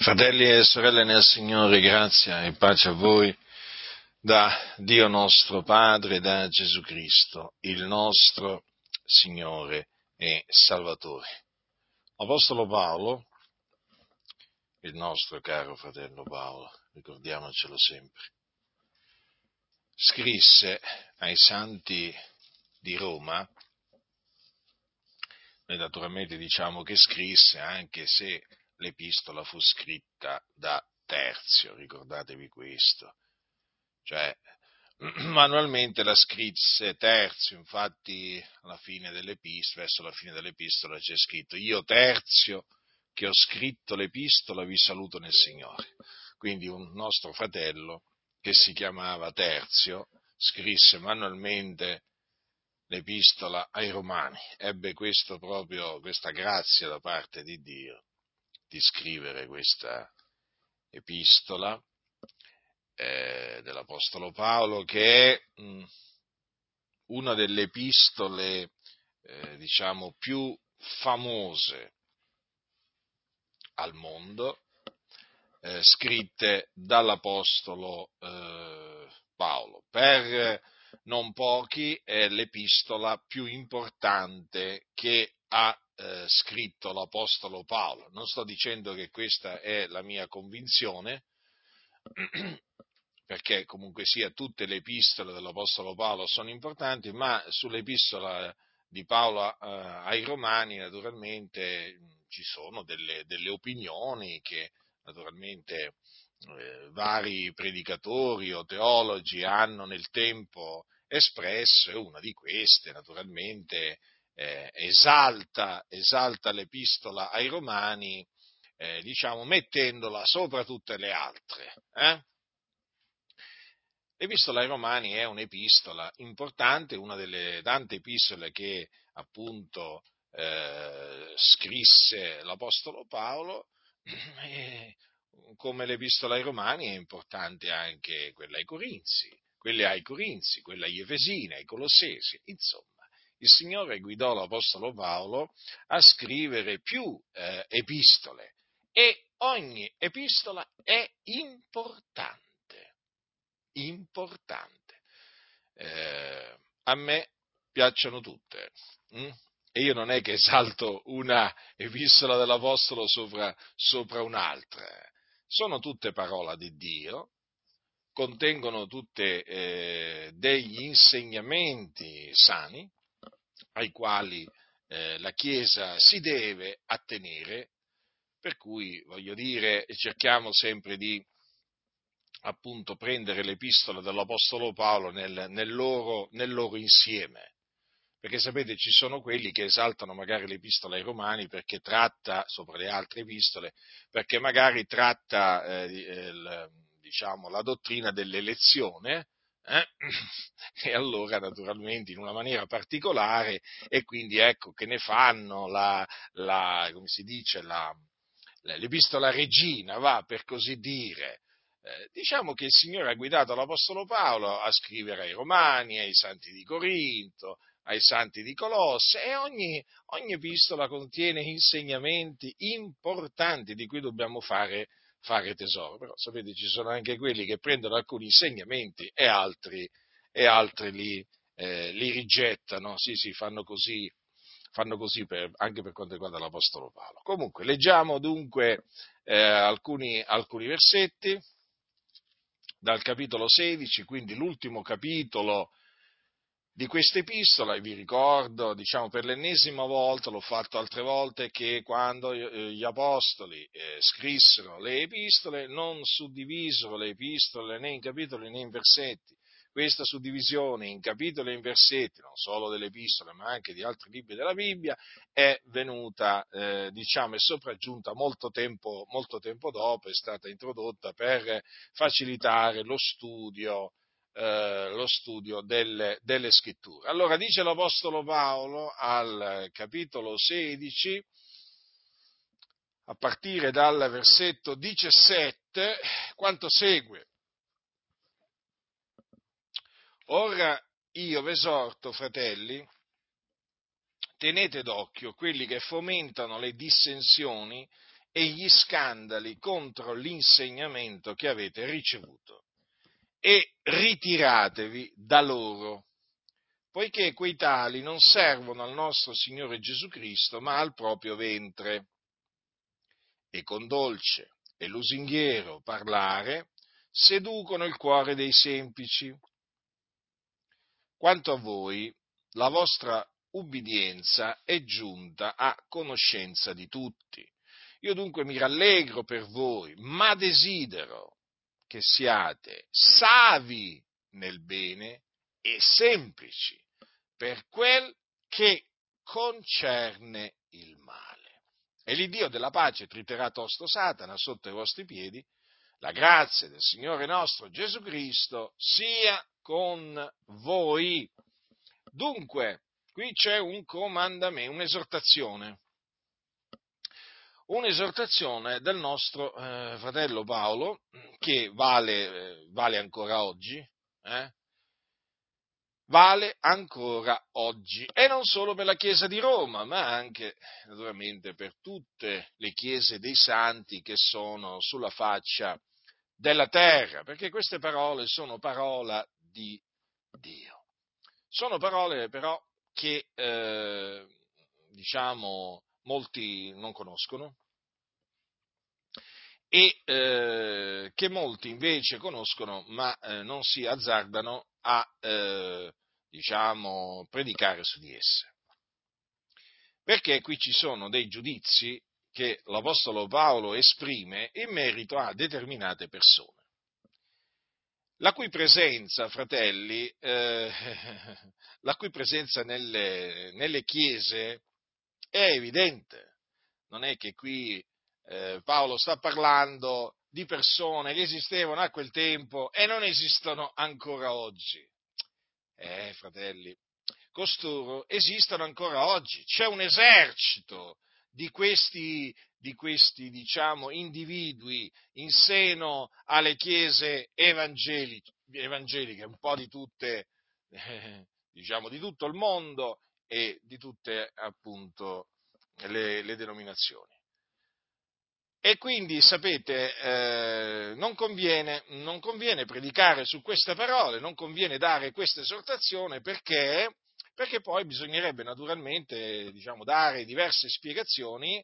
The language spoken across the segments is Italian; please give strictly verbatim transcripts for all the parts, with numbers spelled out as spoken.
Fratelli e sorelle nel Signore, grazia e pace a voi da Dio nostro Padre, da Gesù Cristo, il nostro Signore e Salvatore. Apostolo Paolo, il nostro caro fratello Paolo, ricordiamocelo sempre, scrisse ai santi di Roma. Noi naturalmente diciamo che scrisse, anche se l'epistola fu scritta da Terzio, ricordatevi questo. Cioè, manualmente la scrisse Terzio, infatti alla fine dell'epistola, verso la fine dell'epistola c'è scritto: io Terzio, che ho scritto l'epistola, vi saluto nel Signore. Quindi un nostro fratello, che si chiamava Terzio, scrisse manualmente l'epistola ai Romani, ebbe questo proprio, questa grazia da parte di Dio di scrivere questa epistola eh, dell'Apostolo Paolo, che è mh, una delle epistole eh, diciamo più famose al mondo, eh, scritte dall'Apostolo eh, Paolo. Per non pochi è l'epistola più importante che ha eh, scritto l'Apostolo Paolo. Non sto dicendo che questa è la mia convinzione, perché comunque sia tutte le epistole dell'Apostolo Paolo sono importanti, ma sull'epistola di Paolo eh, ai Romani naturalmente ci sono delle, delle opinioni che naturalmente eh, vari predicatori o teologi hanno nel tempo espresso, e una di queste naturalmente eh, esalta, esalta l'epistola ai Romani, eh, diciamo mettendola sopra tutte le altre. Eh? L'epistola ai Romani è un'epistola importante, una delle tante epistole che appunto eh, scrisse l'Apostolo Paolo, e come l'epistola ai Romani è importante anche quella ai Corinzi, quelle ai Corinzi, quella agli Efesini, ai Colossesi, insomma. Il Signore guidò l'Apostolo Paolo a scrivere più eh, epistole, e ogni epistola è importante. importante. Eh, a me piacciono tutte, hm? E io non è che esalto una epistola dell'Apostolo sopra, sopra un'altra. Sono tutte parola di Dio, contengono tutte eh, degli insegnamenti sani ai quali eh, la Chiesa si deve attenere, per cui, voglio dire, cerchiamo sempre di appunto prendere l'epistola dell'Apostolo Paolo nel, nel, loro, nel loro insieme, perché sapete ci sono quelli che esaltano magari l'epistola ai Romani perché tratta, sopra le altre epistole, perché magari tratta eh, il, diciamo, la dottrina dell'elezione, eh? E allora naturalmente in una maniera particolare, e quindi ecco che ne fanno la, la come si dice, la, l'epistola regina, va, per così dire. Eh, diciamo che il Signore ha guidato l'Apostolo Paolo a scrivere ai Romani, ai Santi di Corinto, ai Santi di Colosse, e ogni, ogni epistola contiene insegnamenti importanti di cui dobbiamo fare, fare tesoro. Però sapete, ci sono anche quelli che prendono alcuni insegnamenti e altri, e altri li, eh, li rigettano. Sì, sì, fanno così, fanno così per, anche per quanto riguarda l'Apostolo Paolo. Comunque, leggiamo dunque eh, alcuni, alcuni versetti dal capitolo sedici, quindi l'ultimo capitolo di questa epistola. E vi ricordo, diciamo per l'ennesima volta, l'ho fatto altre volte, che quando gli apostoli eh, scrissero le epistole non suddivisero le epistole né in capitoli né in versetti. Questa suddivisione in capitoli e in versetti, non solo delle epistole ma anche di altri libri della Bibbia, è venuta, eh, diciamo, è sopraggiunta molto tempo, molto tempo dopo, è stata introdotta per facilitare lo studio Eh, lo studio delle, delle scritture. Allora dice l'Apostolo Paolo al capitolo sedici, a partire dal versetto diciassette, quanto segue: ora io v'esorto, fratelli, tenete d'occhio quelli che fomentano le dissensioni e gli scandali contro l'insegnamento che avete ricevuto, e ritiratevi da loro, poiché quei tali non servono al nostro Signore Gesù Cristo, ma al proprio ventre, e con dolce e lusinghiero parlare seducono il cuore dei semplici. Quanto a voi, la vostra ubbidienza è giunta a conoscenza di tutti. Io dunque mi rallegro per voi, ma desidero che siate savi nel bene e semplici per quel che concerne il male. E l'Iddio della pace triterà tosto Satana sotto i vostri piedi. La grazia del Signore nostro Gesù Cristo sia con voi. Dunque, qui c'è un comandamento, un'esortazione, un'esortazione del nostro eh, fratello Paolo, che vale, eh, vale ancora oggi, eh? vale ancora oggi, e non solo per la Chiesa di Roma, ma anche naturalmente per tutte le chiese dei santi che sono sulla faccia della terra, perché queste parole sono parola di Dio. Sono parole però che, eh, diciamo, molti non conoscono e eh, che molti invece conoscono, ma eh, non si azzardano a, eh, diciamo, predicare su di esse. Perché qui ci sono dei giudizi che l'Apostolo Paolo esprime in merito a determinate persone, la cui presenza, fratelli, eh, la cui presenza nelle, nelle chiese è evidente. Non è che qui eh, Paolo sta parlando di persone che esistevano a quel tempo e non esistono ancora oggi. Eh, fratelli, costoro esistono ancora oggi. C'è un esercito di questi, di questi, diciamo, individui in seno alle chiese evangeliche, evangeliche un po' di tutte, eh, diciamo, di tutto il mondo e di tutte, appunto, le, le denominazioni. E quindi, sapete, eh, non conviene, non conviene predicare su queste parole, non conviene dare questa esortazione, perché, perché poi bisognerebbe naturalmente, diciamo, dare diverse spiegazioni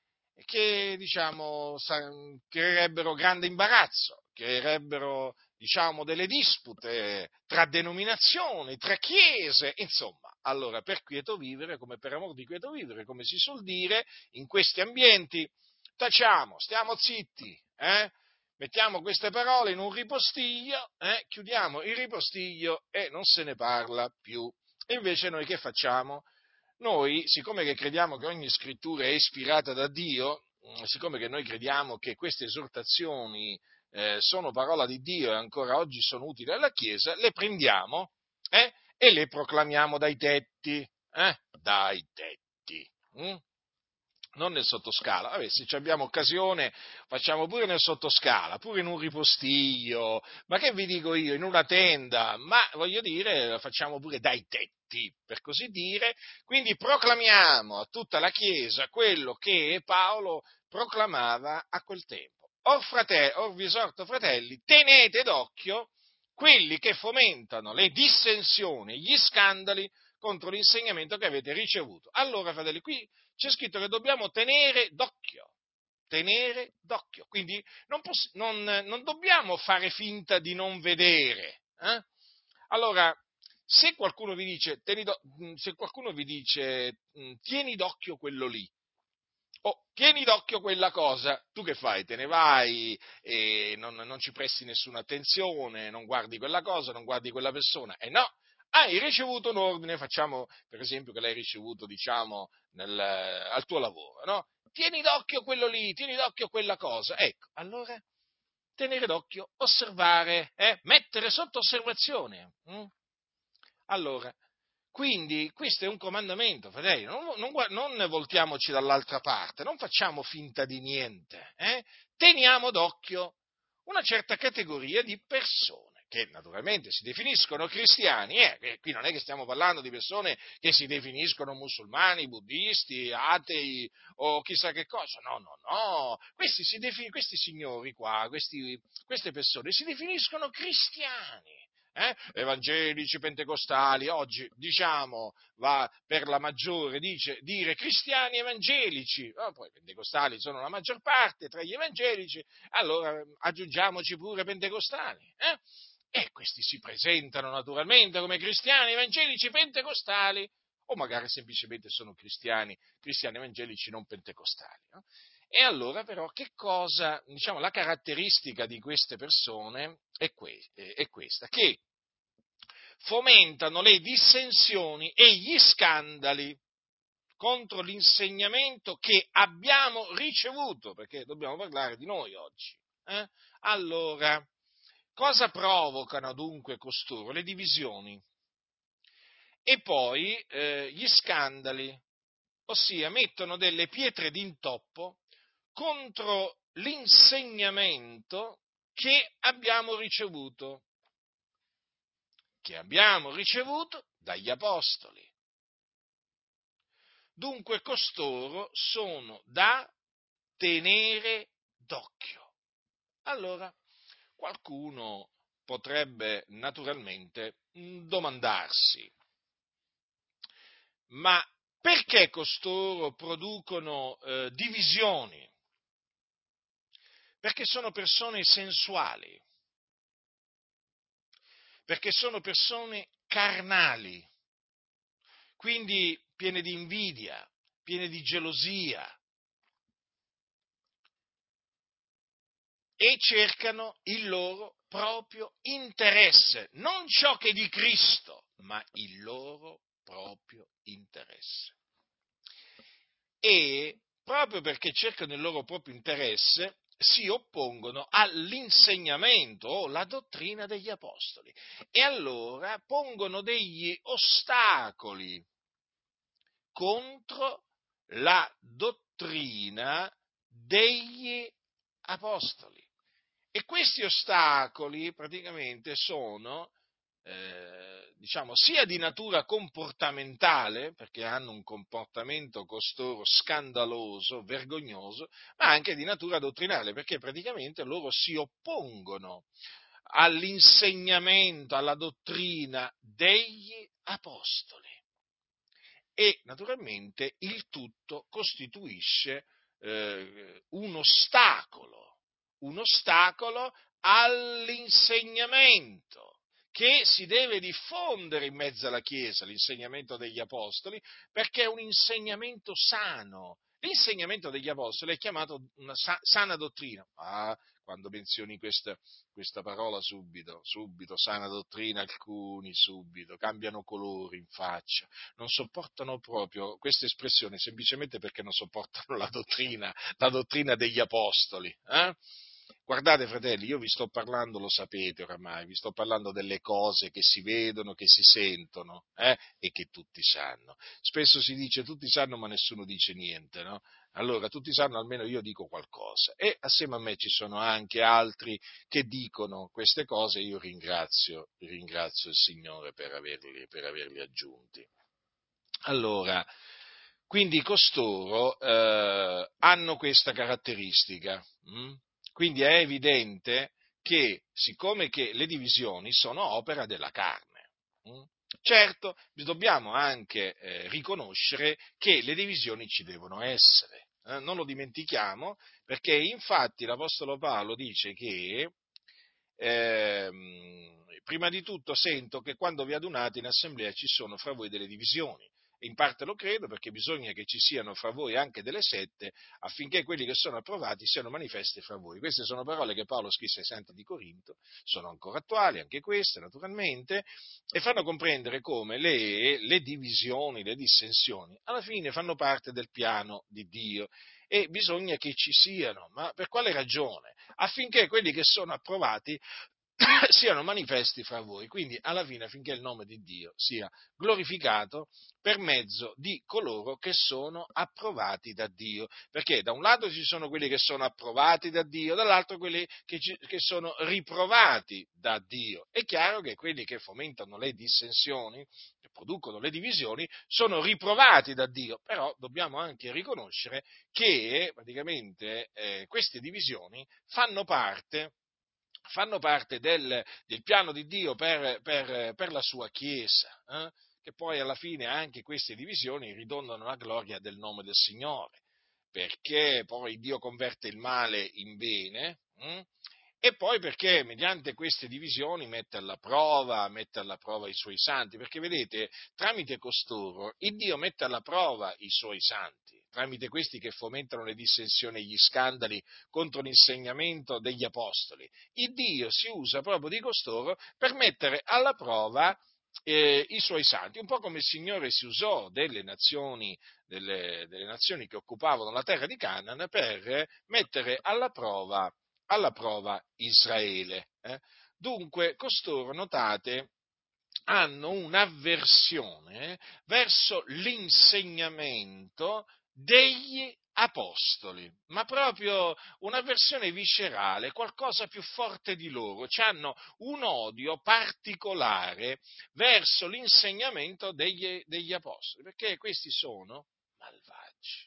che, diciamo, creerebbero grande imbarazzo, creerebbero, diciamo, delle dispute tra denominazioni, tra chiese, insomma. Allora, per quieto vivere, come per amor di quieto vivere, come si suol dire, in questi ambienti, tacciamo, stiamo zitti, eh? Mettiamo queste parole in un ripostiglio, eh? Chiudiamo il ripostiglio e non se ne parla più. E invece noi che facciamo? Noi, siccome che crediamo che ogni scrittura è ispirata da Dio, siccome che noi crediamo che queste esortazioni eh, sono parola di Dio e ancora oggi sono utili alla Chiesa, le prendiamo eh, e le proclamiamo dai tetti, eh, dai tetti. Hm? Non nel sottoscala, vabbè, se abbiamo occasione facciamo pure nel sottoscala, pure in un ripostiglio, ma che vi dico io, in una tenda, ma voglio dire, facciamo pure dai tetti, per così dire, quindi proclamiamo a tutta la Chiesa quello che Paolo proclamava a quel tempo. Or, frate, or vi esorto, fratelli, tenete d'occhio quelli che fomentano le dissensioni, gli scandali contro l'insegnamento che avete ricevuto. Allora, fratelli, qui c'è scritto che dobbiamo tenere d'occhio, tenere d'occhio, quindi non, poss- non, non dobbiamo fare finta di non vedere. Eh? Allora, se qualcuno vi dice, tieni do- se qualcuno vi dice, tieni d'occhio quello lì, o tieni d'occhio quella cosa, tu che fai? Te ne vai e non, non ci presti nessuna attenzione, non guardi quella cosa, non guardi quella persona, e no, hai ricevuto un ordine, facciamo per esempio che l'hai ricevuto, diciamo, nel, al tuo lavoro, no? Tieni d'occhio quello lì, tieni d'occhio quella cosa, ecco, allora, tenere d'occhio, osservare, eh? Mettere sotto osservazione. Hm? Allora, quindi questo è un comandamento, fratelli, non, non, non voltiamoci dall'altra parte, non facciamo finta di niente, eh? Teniamo d'occhio una certa categoria di persone. che naturalmente si definiscono cristiani, eh, qui non è che stiamo parlando di persone che si definiscono musulmani, buddisti, atei o chissà che cosa, no, no, no, questi, si defin- questi signori qua, questi, queste persone si definiscono cristiani. Eh? Evangelici, pentecostali, oggi diciamo va per la maggiore dice, dire cristiani evangelici, oh, poi pentecostali sono la maggior parte tra gli evangelici, allora aggiungiamoci pure pentecostali. Eh? E questi si presentano naturalmente come cristiani evangelici pentecostali, o magari semplicemente sono cristiani, cristiani evangelici non pentecostali. No? E allora però che cosa, diciamo, la caratteristica di queste persone è, que- è questa, che fomentano le dissensioni e gli scandali contro l'insegnamento che abbiamo ricevuto, perché dobbiamo parlare di noi oggi. Eh? Allora, cosa provocano dunque costoro? Le divisioni e poi eh, gli scandali, ossia mettono delle pietre d'intoppo contro l'insegnamento che abbiamo ricevuto, che abbiamo ricevuto dagli apostoli. Dunque costoro sono da tenere d'occhio. Allora, qualcuno potrebbe naturalmente domandarsi, ma perché costoro producono eh, divisioni? Perché sono persone sensuali, perché sono persone carnali, quindi piene di invidia, piene di gelosia, e cercano il loro proprio interesse, non ciò che è di Cristo, ma il loro proprio interesse. E proprio perché cercano il loro proprio interesse, si oppongono all'insegnamento o alla dottrina degli apostoli e allora pongono degli ostacoli contro la dottrina degli apostoli. E questi ostacoli praticamente sono, eh, diciamo, sia di natura comportamentale, perché hanno un comportamento costoro scandaloso, vergognoso, ma anche di natura dottrinale, perché praticamente loro si oppongono all'insegnamento, alla dottrina degli apostoli. E naturalmente il tutto costituisce eh, un ostacolo, un ostacolo all'insegnamento che si deve diffondere in mezzo alla Chiesa, l'insegnamento degli apostoli, perché è un insegnamento sano. L'insegnamento degli apostoli è chiamato una sa- sana dottrina. Ah, quando menzioni questa, questa parola subito, subito, sana dottrina, alcuni subito cambiano colore in faccia, non sopportano proprio questa espressione semplicemente perché non sopportano la dottrina, la dottrina degli apostoli. Eh? Guardate, fratelli, io vi sto parlando, lo sapete oramai, vi sto parlando delle cose che si vedono, che si sentono eh? e che tutti sanno. Spesso si dice tutti sanno ma nessuno dice niente, no? Allora, tutti sanno, almeno io dico qualcosa. E assieme a me ci sono anche altri che dicono queste cose e io ringrazio, ringrazio il Signore per averli, per averli aggiunti. Allora, quindi costoro eh, hanno questa caratteristica, hm? Quindi è evidente che, siccome che le divisioni sono opera della carne, hm? Certo, dobbiamo anche eh, riconoscere che le divisioni ci devono essere, eh? Non lo dimentichiamo, perché infatti l'Apostolo Paolo dice che ehm, prima di tutto sento che quando vi adunate in assemblea ci sono fra voi delle divisioni. In parte lo credo perché bisogna che ci siano fra voi anche delle sette affinché quelli che sono approvati siano manifesti fra voi. Queste sono parole che Paolo scrisse ai Santi di Corinto, sono ancora attuali anche queste naturalmente, e fanno comprendere come le, le divisioni, le dissensioni alla fine fanno parte del piano di Dio e bisogna che ci siano, ma per quale ragione? Affinché quelli che sono approvati siano manifesti fra voi, quindi alla fine affinché il nome di Dio sia glorificato per mezzo di coloro che sono approvati da Dio, perché da un lato ci sono quelli che sono approvati da Dio, dall'altro quelli che, ci, che sono riprovati da Dio. È chiaro che quelli che fomentano le dissensioni, che producono le divisioni, sono riprovati da Dio, però dobbiamo anche riconoscere che praticamente eh, queste divisioni fanno parte fanno parte del, del piano di Dio per, per, per la sua Chiesa, eh? Che poi alla fine anche queste divisioni ridondano la gloria del nome del Signore, perché poi Dio converte il male in bene, hm? E poi perché mediante queste divisioni mette alla prova, mette alla prova i suoi santi, perché vedete, tramite costoro il Dio mette alla prova i suoi santi, tramite questi che fomentano le dissensioni e gli scandali contro l'insegnamento degli apostoli. Il Dio si usa proprio di costoro per mettere alla prova eh, i suoi santi, un po' come il Signore si usò delle nazioni, delle, delle nazioni che occupavano la terra di Canaan per mettere alla prova alla prova Israele. Eh? Dunque, costoro, notate, hanno un'avversione verso l'insegnamento degli apostoli, ma proprio un'avversione viscerale, qualcosa più forte di loro, cioè hanno un odio particolare verso l'insegnamento degli, degli apostoli, perché questi sono malvagi.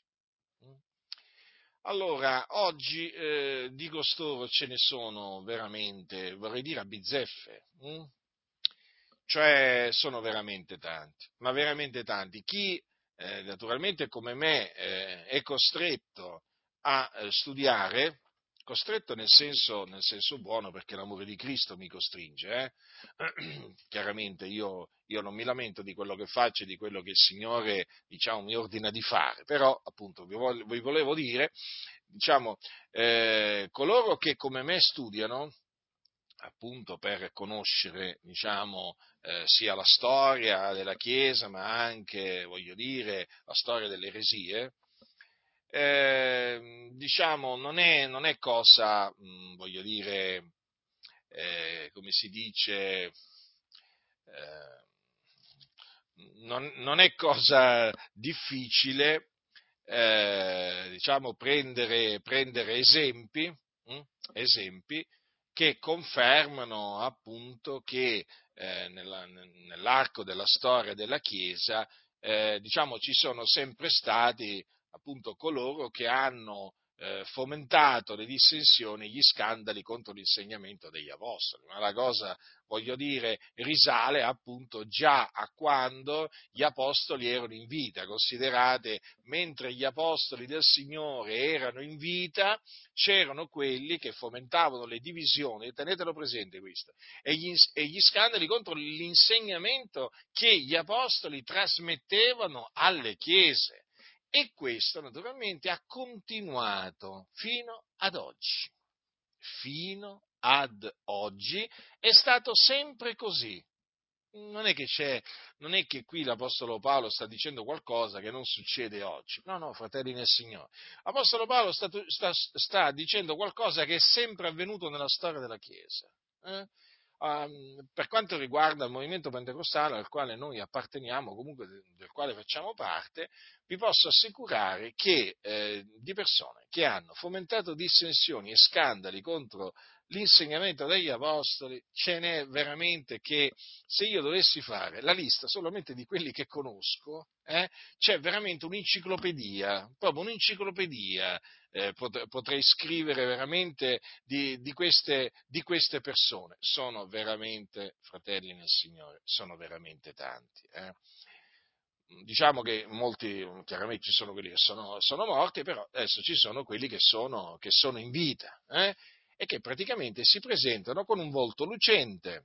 Allora, oggi eh, di costoro ce ne sono veramente, vorrei dire a bizzeffe, hm? Cioè sono veramente tanti, ma veramente tanti. Chi eh, naturalmente come me eh, è costretto a eh, studiare, costretto nel senso, nel senso buono perché l'amore di Cristo mi costringe, eh? Chiaramente io, io non mi lamento di quello che faccio e di quello che il Signore diciamo, mi ordina di fare, però appunto vi, voglio, vi volevo dire, diciamo, eh, coloro che come me studiano, appunto per conoscere, diciamo, eh, sia la storia della Chiesa, ma anche, voglio dire, la storia delle eresie, eh, diciamo, non è, non è cosa, mh, voglio dire, eh, come si dice, eh, non, non è cosa difficile, eh, diciamo, prendere, prendere esempi, hm? esempi che confermano appunto che eh, nella, nell'arco della storia della Chiesa, eh, diciamo, ci sono sempre stati appunto coloro che hanno eh, fomentato le dissensioni e gli scandali contro l'insegnamento degli apostoli. Ma la cosa, voglio dire, risale appunto già a quando gli apostoli erano in vita. Considerate, mentre gli apostoli del Signore erano in vita, c'erano quelli che fomentavano le divisioni, tenetelo presente questo, e gli, e gli scandali contro l'insegnamento che gli apostoli trasmettevano alle chiese. E questo naturalmente ha continuato fino ad oggi. Fino ad oggi è stato sempre così. Non è che c'è, non è che qui l'Apostolo Paolo sta dicendo qualcosa che non succede oggi. No, no, fratelli nel Signore. L'Apostolo Paolo sta, sta, sta dicendo qualcosa che è sempre avvenuto nella storia della Chiesa. Eh? Um, per quanto riguarda il movimento pentecostale al quale noi apparteniamo, comunque del quale facciamo parte, vi posso assicurare che eh, di persone che hanno fomentato dissensioni e scandali contro l'insegnamento degli apostoli ce n'è veramente che, se io dovessi fare la lista solamente di quelli che conosco, eh, c'è veramente un'enciclopedia, proprio un'enciclopedia, eh, pot- potrei scrivere veramente di, di, queste, di queste persone. Sono veramente, fratelli nel Signore, sono veramente tanti. Eh. Diciamo che molti, chiaramente ci sono quelli che sono, sono morti, però adesso ci sono quelli che sono, che sono in vita, eh, e che praticamente si presentano con un volto lucente,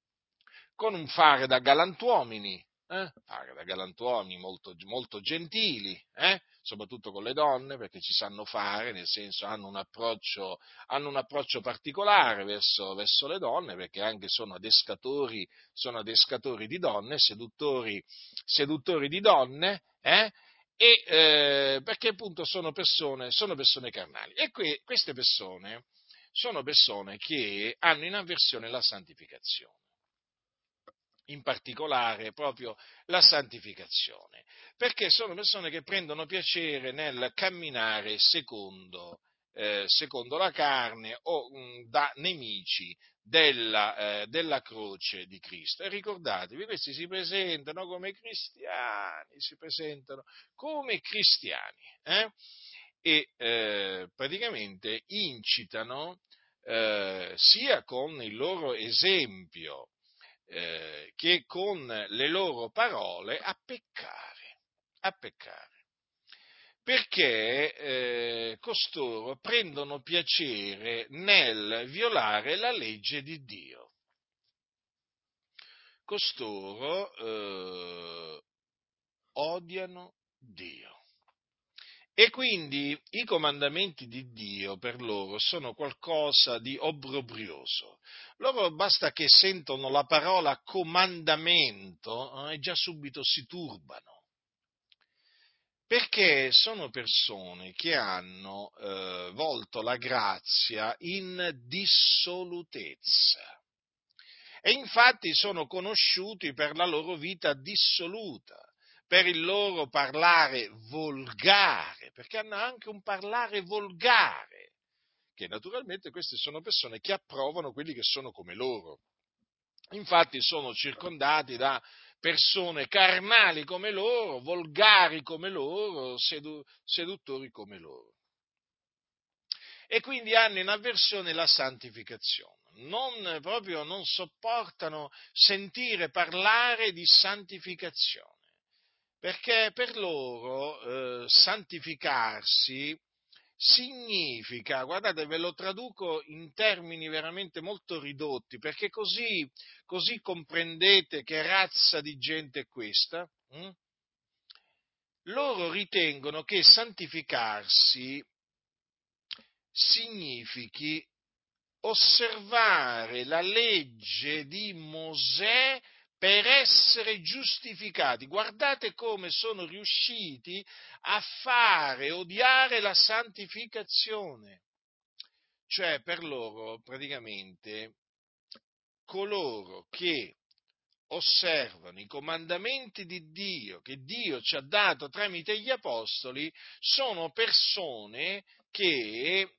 con un fare da galantuomini, eh? fare da galantuomini molto, molto gentili, eh? soprattutto con le donne, perché ci sanno fare, nel senso hanno un approccio, hanno un approccio particolare verso, verso le donne, perché anche sono adescatori, sono adescatori di donne, seduttori, seduttori di donne, eh? e eh, perché appunto sono persone, sono persone carnali. E que, queste persone sono persone che hanno in avversione la santificazione. In particolare proprio la santificazione, perché sono persone che prendono piacere nel camminare secondo, eh, secondo la carne o mh, da nemici della, eh, della croce di Cristo. E ricordatevi, questi si presentano come cristiani, si presentano come cristiani eh? e eh, praticamente incitano eh, sia con il loro esempio, Eh, che con le loro parole a peccare, a peccare, perché eh, costoro prendono piacere nel violare la legge di Dio. Costoro eh, odiano Dio. E quindi i comandamenti di Dio per loro sono qualcosa di obbrobrioso. Loro basta che sentono la parola comandamento eh, e già subito si turbano, perché sono persone che hanno eh, volto la grazia in dissolutezza. E infatti sono conosciuti per la loro vita dissoluta, per il loro parlare volgare, perché hanno anche un parlare volgare, che naturalmente queste sono persone che approvano quelli che sono come loro. Infatti sono circondati da persone carnali come loro, volgari come loro, sedu- seduttori come loro. E quindi hanno in avversione la santificazione. Non, proprio non sopportano sentire parlare di santificazione, perché per loro eh, santificarsi significa, guardate, ve lo traduco in termini veramente molto ridotti, perché così, così comprendete che razza di gente è questa. Hm? Loro ritengono che santificarsi significhi osservare la legge di Mosè per essere giustificati. Guardate come sono riusciti a fare odiare la santificazione. Cioè, per loro, praticamente, coloro che osservano i comandamenti di Dio, che Dio ci ha dato tramite gli apostoli, sono persone che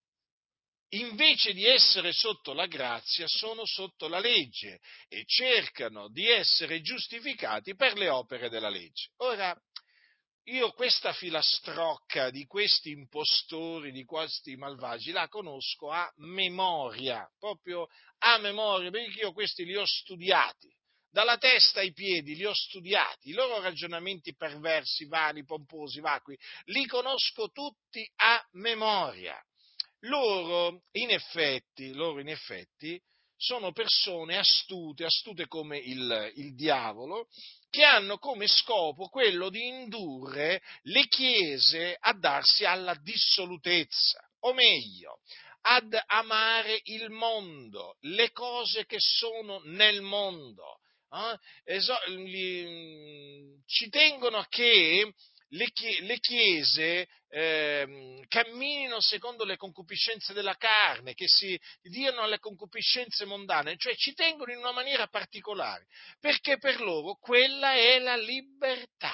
invece di essere sotto la grazia, sono sotto la legge e cercano di essere giustificati per le opere della legge. Ora, io questa filastrocca di questi impostori, di questi malvagi, la conosco a memoria, proprio a memoria, perché io questi li ho studiati. Dalla testa ai piedi li ho studiati, i loro ragionamenti perversi, vani, pomposi, vacui, li conosco tutti a memoria. Loro in effetti, loro in effetti sono persone astute, astute come il, il diavolo, che hanno come scopo quello di indurre le chiese a darsi alla dissolutezza, o meglio, ad amare il mondo, le cose che sono nel mondo. Eh? Eso- li- ci tengono a che le, chie- le chiese eh, camminino secondo le concupiscenze della carne, che si diano alle concupiscenze mondane, cioè ci tengono in una maniera particolare, perché per loro quella è la libertà.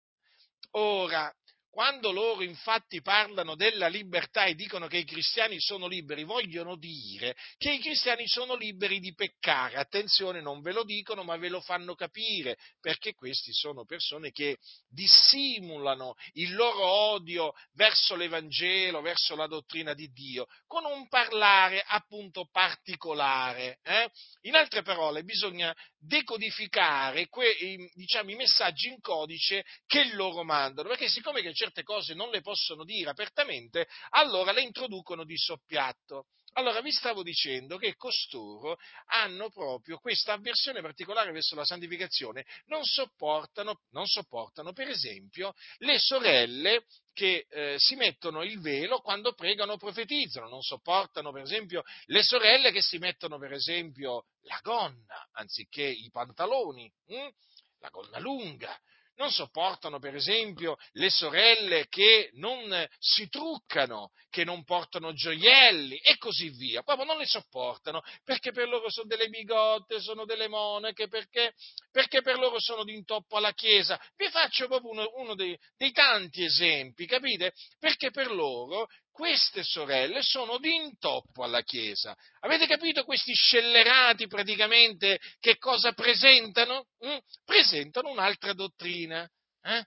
Ora, quando loro infatti parlano della libertà e dicono che i cristiani sono liberi, vogliono dire che i cristiani sono liberi di peccare. Attenzione, non ve lo dicono, ma ve lo fanno capire, perché questi sono persone che dissimulano il loro odio verso l'Evangelo, verso la dottrina di Dio, con un parlare appunto particolare. Eh? In altre parole, bisogna decodificare que, i, diciamo, i messaggi in codice che loro mandano, perché siccome che certe cose non le possono dire apertamente, allora le introducono di soppiatto. Allora vi stavo dicendo che costoro hanno proprio questa avversione particolare verso la santificazione, non sopportano, non sopportano per esempio le sorelle che eh, si mettono il velo quando pregano o profetizzano, non sopportano per esempio le sorelle che si mettono per esempio la gonna anziché i pantaloni, hm? La gonna lunga, non sopportano, per esempio, le sorelle che non si truccano, che non portano gioielli e così via. Proprio non le sopportano perché per loro sono delle bigotte, sono delle monache, perché, perché per loro sono d'intoppo alla Chiesa. Vi faccio proprio uno, uno dei, dei tanti esempi, capite? Perché per loro queste sorelle sono d'intoppo alla Chiesa. Avete capito questi scellerati praticamente che cosa presentano? Mm? Presentano un'altra dottrina. Eh?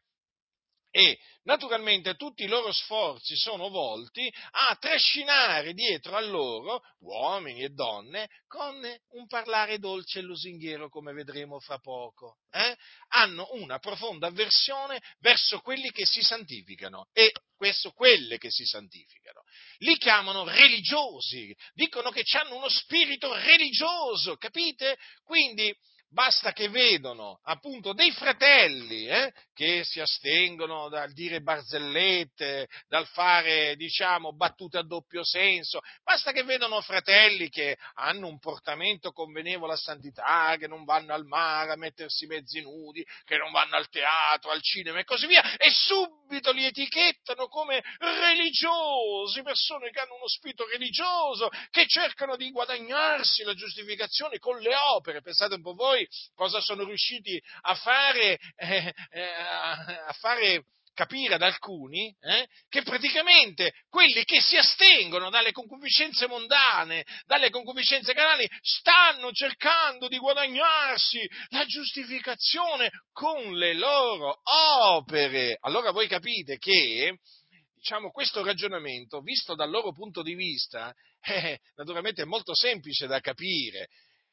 E naturalmente tutti i loro sforzi sono volti a trascinare dietro a loro uomini e donne con un parlare dolce e lusinghiero, come vedremo fra poco. Eh? Hanno una profonda avversione verso quelli che si santificano e questo quelle che si santificano. Li chiamano religiosi, dicono che hanno uno spirito religioso, capite? Quindi basta che vedono appunto dei fratelli eh, che si astengono dal dire barzellette, dal fare, diciamo, battute a doppio senso, basta che vedono fratelli che hanno un portamento convenevole a santità, che non vanno al mare a mettersi mezzi nudi, che non vanno al teatro, al cinema e così via, e subito li etichettano come religiosi, persone che hanno uno spirito religioso, che cercano di guadagnarsi la giustificazione con le opere. Pensate un po' voi cosa sono riusciti a fare, eh, eh, a fare capire ad alcuni eh, che praticamente quelli che si astengono dalle concupiscenze mondane, dalle concupiscenze carnali, stanno cercando di guadagnarsi la giustificazione con le loro opere. Allora voi capite che, diciamo, questo ragionamento, visto dal loro punto di vista, eh, naturalmente è molto semplice da capire.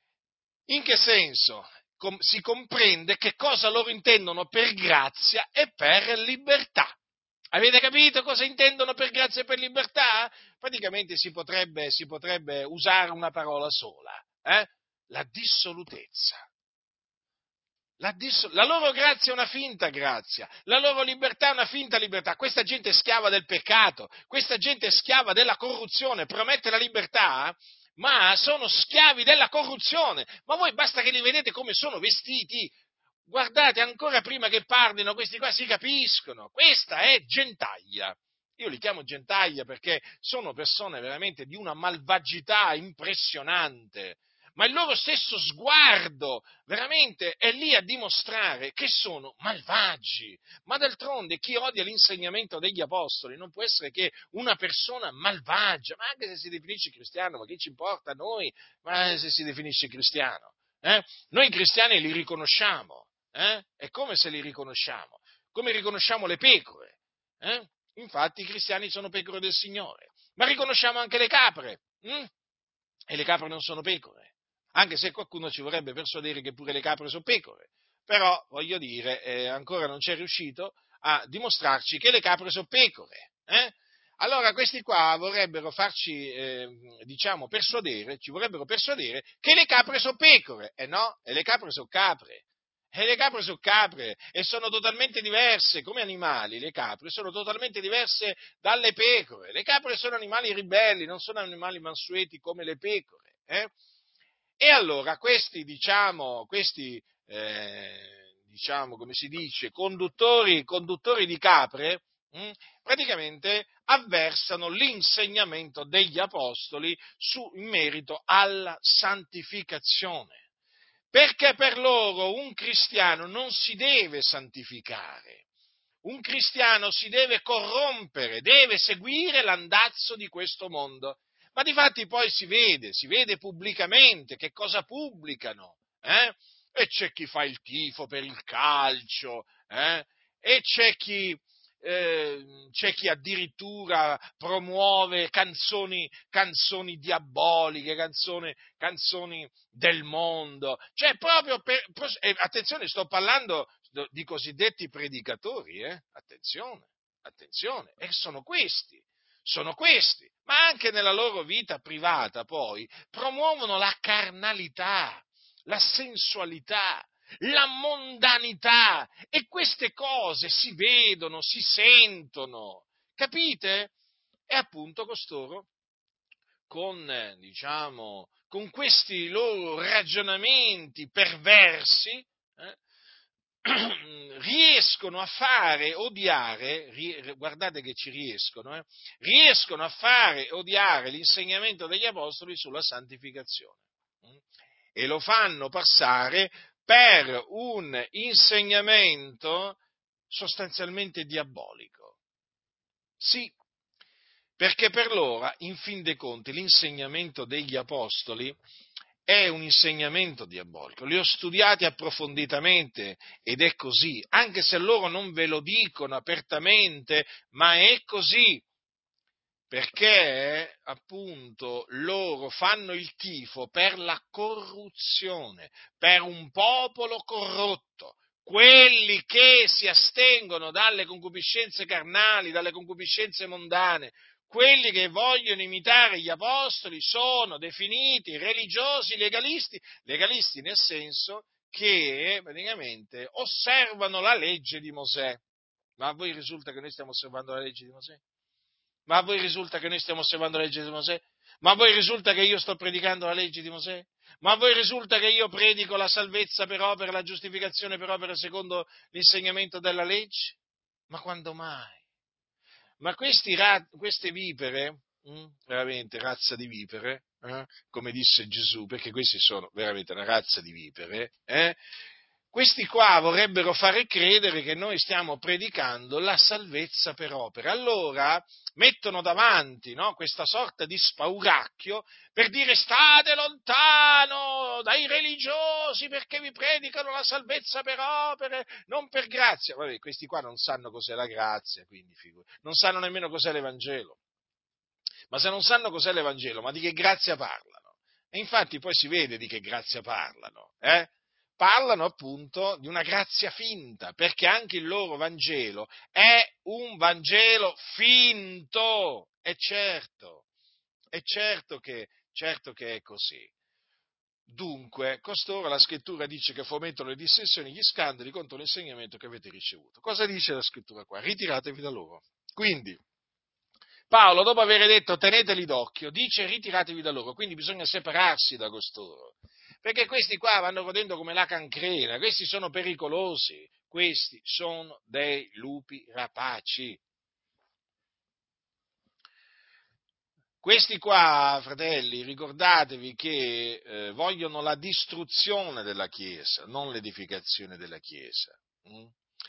In che senso? Com- si comprende che cosa loro intendono per grazia e per libertà. Avete capito cosa intendono per grazia e per libertà? Praticamente si potrebbe, si potrebbe usare una parola sola, eh? La dissolutezza. La, disso- la loro grazia è una finta grazia, la loro libertà è una finta libertà. Questa gente è schiava del peccato, questa gente è schiava della corruzione, promette la libertà, ma sono schiavi della corruzione. Ma voi basta che li vedete come sono vestiti. Guardate, ancora prima che parlino, questi qua si capiscono. Questa è gentaglia. Io li chiamo gentaglia perché sono persone veramente di una malvagità impressionante. Ma il loro stesso sguardo veramente è lì a dimostrare che sono malvagi. Ma d'altronde chi odia l'insegnamento degli apostoli non può essere che una persona malvagia, ma anche se si definisce cristiano, ma che ci importa a noi, ma se si definisce cristiano? Eh? Noi cristiani li riconosciamo, eh? È come se li riconosciamo, come riconosciamo le pecore. Eh? Infatti i cristiani sono pecore del Signore, ma riconosciamo anche le capre, hm? E le capre non sono pecore. Anche se qualcuno ci vorrebbe persuadere che pure le capre sono pecore, però voglio dire, eh, ancora non c'è riuscito a dimostrarci che le capre sono pecore. Eh? Allora questi qua vorrebbero farci, eh, diciamo, persuadere, ci vorrebbero persuadere che le capre sono pecore, e no, e le capre sono capre. E le capre sono capre e sono totalmente diverse come animali, le capre sono totalmente diverse dalle pecore. Le capre sono animali ribelli, non sono animali mansueti come le pecore. Eh? E allora questi, diciamo, questi, eh, diciamo, come si dice, conduttori, conduttori di capre, mh, praticamente avversano l'insegnamento degli apostoli su, in merito alla santificazione. Perché per loro un cristiano non si deve santificare, un cristiano si deve corrompere, deve seguire l'andazzo di questo mondo. Ma difatti poi si vede, si vede pubblicamente che cosa pubblicano, eh? E c'è chi fa il tifo per il calcio, eh? E c'è chi, eh, c'è chi addirittura promuove canzoni, canzoni diaboliche, canzoni, canzoni del mondo. Cioè proprio per, eh, attenzione, sto parlando di cosiddetti predicatori, eh? Attenzione, attenzione, e sono questi. Sono questi, ma anche nella loro vita privata poi promuovono la carnalità, la sensualità, la mondanità e queste cose si vedono, si sentono, capite? E appunto costoro con, eh, diciamo, con questi loro ragionamenti perversi, eh, riescono a fare odiare, ri, guardate che ci riescono, eh, riescono a fare odiare l'insegnamento degli apostoli sulla santificazione. E lo fanno passare per un insegnamento sostanzialmente diabolico. Sì, perché per loro, in fin dei conti, l'insegnamento degli apostoli è un insegnamento diabolico. Li ho studiati approfonditamente ed è così, anche se loro non ve lo dicono apertamente, ma è così. Perché appunto loro fanno il tifo per la corruzione, per un popolo corrotto, quelli che si astengono dalle concupiscenze carnali, dalle concupiscenze mondane, quelli che vogliono imitare gli apostoli sono definiti religiosi legalisti, legalisti nel senso che praticamente osservano la legge di Mosè. Ma a voi risulta che noi stiamo osservando la legge di Mosè? Ma a voi risulta che noi stiamo osservando la legge di Mosè? Ma a voi risulta che io sto predicando la legge di Mosè? Ma a voi risulta che io predico la salvezza per opera, la giustificazione per opera secondo l'insegnamento della legge? Ma quando mai? Ma questi ra- queste vipere, mh, veramente razza di vipere, eh, come disse Gesù, perché questi sono veramente una razza di vipere, eh, questi qua vorrebbero fare credere che noi stiamo predicando la salvezza per opera. Allora mettono davanti, no, questa sorta di spauracchio per dire state lontano dai religiosi perché vi predicano la salvezza per opere, non per grazia. Vabbè, questi qua non sanno cos'è la grazia, quindi figurati, non sanno nemmeno cos'è l'Evangelo. Ma se non sanno cos'è l'Evangelo, ma di che grazia parlano? E infatti poi si vede di che grazia parlano, eh? Parlano appunto di una grazia finta, perché anche il loro Vangelo è un Vangelo finto, è certo, è certo che, certo che è così. Dunque, costoro la scrittura dice che fomentano le dissensioni, gli scandali contro l'insegnamento che avete ricevuto. Cosa dice la scrittura qua? Ritiratevi da loro. Quindi, Paolo, dopo aver detto teneteli d'occhio, dice ritiratevi da loro, quindi bisogna separarsi da costoro, perché questi qua vanno rodendo come la cancrena, questi sono pericolosi, questi sono dei lupi rapaci. Questi qua, fratelli, ricordatevi che eh, vogliono la distruzione della Chiesa, non l'edificazione della Chiesa. Mm?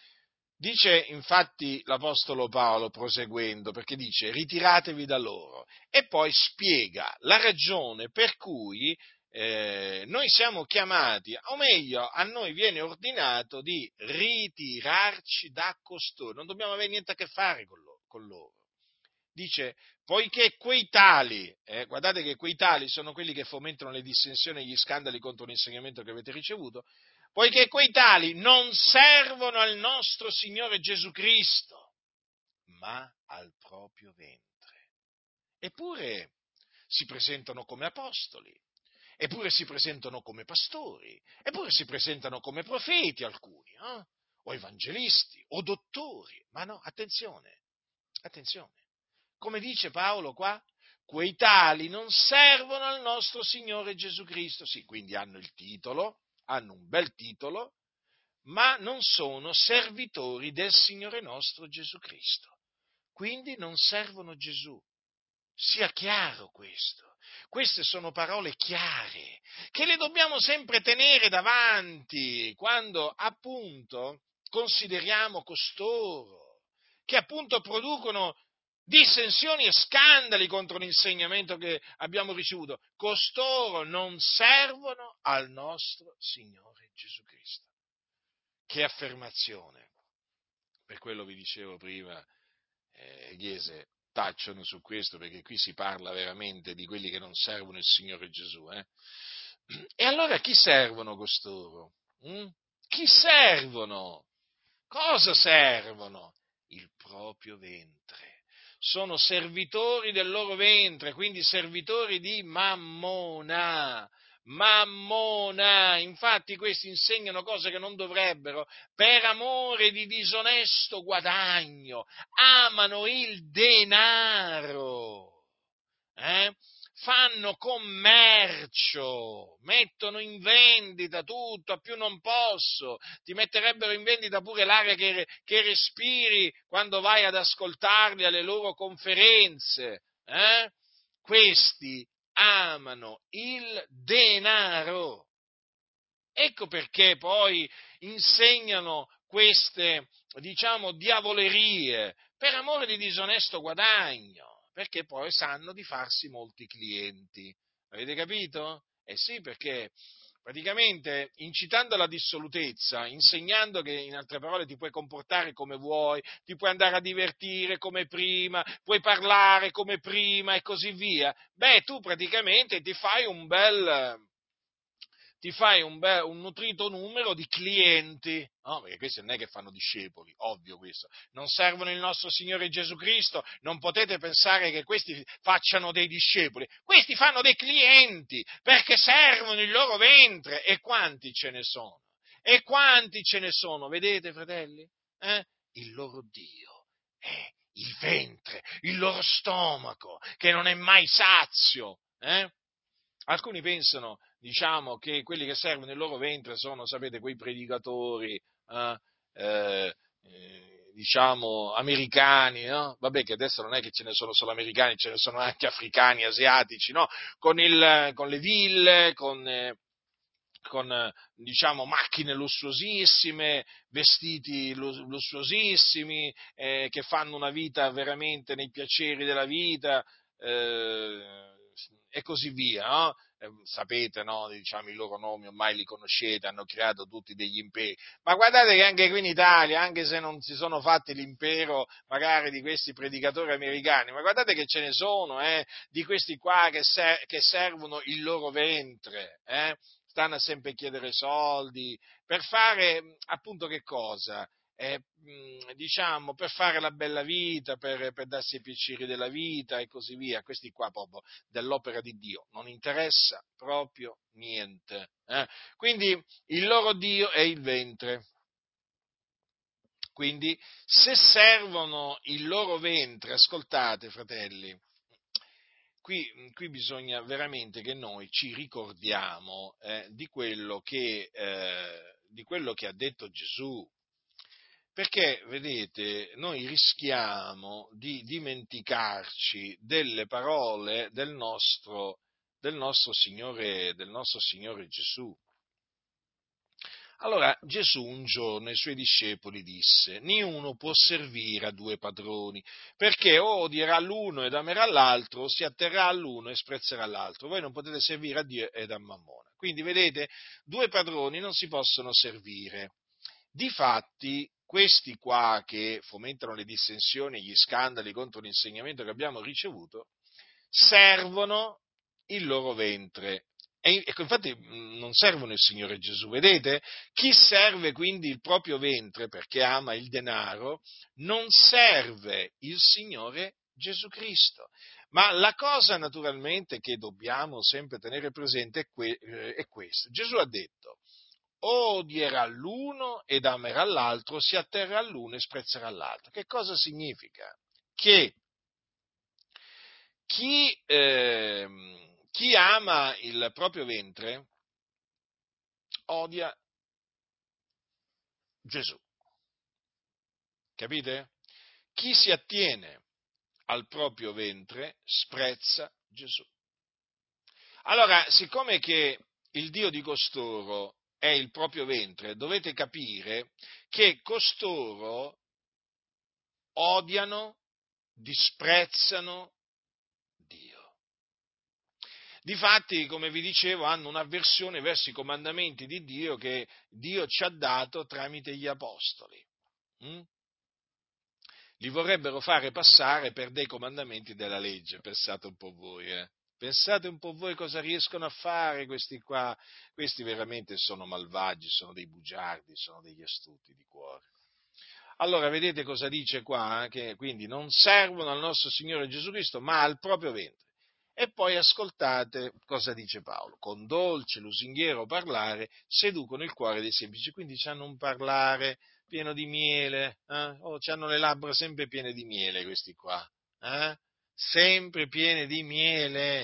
Dice infatti l'Apostolo Paolo proseguendo, perché dice ritiratevi da loro e poi spiega la ragione per cui eh, noi siamo chiamati, o meglio a noi viene ordinato di ritirarci da costoro, non dobbiamo avere niente a che fare con loro. Con loro. Dice, poiché quei tali, eh, guardate che quei tali sono quelli che fomentano le dissensioni e gli scandali contro l'insegnamento che avete ricevuto, poiché quei tali non servono al nostro Signore Gesù Cristo, ma al proprio ventre. Eppure si presentano come apostoli, eppure si presentano come pastori, eppure si presentano come profeti alcuni, eh? O evangelisti, o dottori, ma no, attenzione, attenzione. Come dice Paolo qua, quei tali non servono al nostro Signore Gesù Cristo. Sì, quindi hanno il titolo, hanno un bel titolo, ma non sono servitori del Signore nostro Gesù Cristo. Quindi non servono Gesù. Sia chiaro questo. Queste sono parole chiare, che le dobbiamo sempre tenere davanti quando appunto consideriamo costoro, che appunto producono dissensioni e scandali contro l'insegnamento che abbiamo ricevuto. Costoro non servono al nostro Signore Gesù Cristo. Che affermazione! Per quello vi dicevo prima, eh, Chiese, tacciono su questo perché qui si parla veramente di quelli che non servono il Signore Gesù. Eh? E allora chi servono costoro? Mm? Chi servono? Cosa servono? Il proprio ventre. Sono servitori del loro ventre, quindi servitori di Mammona. Mammona, infatti questi insegnano cose che non dovrebbero, per amore di disonesto guadagno, amano il denaro, eh? fanno commercio, mettono in vendita tutto, a più non posso, ti metterebbero in vendita pure l'aria che, che respiri quando vai ad ascoltarli alle loro conferenze. Eh? Questi amano il denaro. Ecco perché poi insegnano queste, diciamo, diavolerie per amore di disonesto guadagno, perché poi sanno di farsi molti clienti. Avete capito? Eh sì, perché praticamente incitando alla dissolutezza, insegnando che in altre parole ti puoi comportare come vuoi, ti puoi andare a divertire come prima, puoi parlare come prima e così via, beh, tu praticamente ti fai un bel ti fai un, be- un nutrito numero di clienti, no? Perché questi non è che fanno discepoli, ovvio questo, non servono il nostro Signore Gesù Cristo, non potete pensare che questi facciano dei discepoli, questi fanno dei clienti, perché servono il loro ventre, e quanti ce ne sono? E quanti ce ne sono, vedete fratelli? Eh? Il loro Dio è il ventre, il loro stomaco, che non è mai sazio, eh? Alcuni pensano, diciamo, che quelli che servono il loro ventre sono, sapete, quei predicatori, eh, eh, eh, diciamo, americani, no? Vabbè, che adesso non è che ce ne sono solo americani, ce ne sono anche africani, asiatici, no? Con, il, con le ville, con, eh, con eh, diciamo, macchine lussuosissime, vestiti lussuosissimi, eh, che fanno una vita veramente nei piaceri della vita, eh, e così via, no? Eh, sapete, no? Diciamo, i loro nomi ormai li conoscete, hanno creato tutti degli imperi, ma guardate che anche qui in Italia, anche se non si sono fatti l'impero magari di questi predicatori americani, ma guardate che ce ne sono, eh, di questi qua che, ser- che servono il loro ventre, eh? Stanno a sempre chiedere soldi, per fare appunto che cosa? Eh, mh, diciamo, per fare la bella vita, per, per darsi i piaceri della vita e così via. Questi qua proprio dell'opera di Dio non interessa proprio niente. Eh? Quindi il loro Dio è il ventre. Quindi se servono il loro ventre, ascoltate fratelli, Qui, qui bisogna veramente che noi ci ricordiamo eh, di, quello che, eh, di quello che ha detto Gesù, perché, vedete, noi rischiamo di dimenticarci delle parole del nostro, del nostro Signore, del nostro Signore Gesù. Allora Gesù un giorno ai suoi discepoli disse: niuno può servire a due padroni, perché o odierà l'uno ed amerà l'altro, o si atterrà all'uno e sprezzerà l'altro. Voi non potete servire a Dio ed a Mammona. Quindi vedete, due padroni non si possono servire. Difatti, questi qua che fomentano le dissensioni e gli scandali contro l'insegnamento che abbiamo ricevuto, servono il loro ventre. E ecco, infatti non servono il Signore Gesù, vedete? Chi serve quindi il proprio ventre perché ama il denaro, non serve il Signore Gesù Cristo. Ma la cosa naturalmente che dobbiamo sempre tenere presente è, que- eh, è questa. Gesù ha detto: o odierà l'uno ed amerà l'altro, si atterrà all'uno e sprezzerà l'altro. Che cosa significa? Che chi, eh, chi ama il proprio ventre odia Gesù, capite? Chi si attiene al proprio ventre sprezza Gesù. Allora, siccome che il Dio di costoro è il proprio ventre, dovete capire che costoro odiano, disprezzano Dio. Difatti, come vi dicevo, hanno un'avversione verso i comandamenti di Dio che Dio ci ha dato tramite gli apostoli. Mm? Li vorrebbero fare passare per dei comandamenti della legge, pensate un po' voi, eh? Pensate un po' voi cosa riescono a fare questi qua. Questi veramente sono malvagi, sono dei bugiardi, sono degli astuti di cuore. Allora, vedete cosa dice qua? Che quindi non servono al nostro Signore Gesù Cristo, ma al proprio ventre. E poi ascoltate cosa dice Paolo: con dolce, lusinghiero parlare seducono il cuore dei semplici. Quindi hanno un parlare pieno di miele, eh? Oh, hanno le labbra sempre piene di miele questi qua, eh? Sempre piene di miele.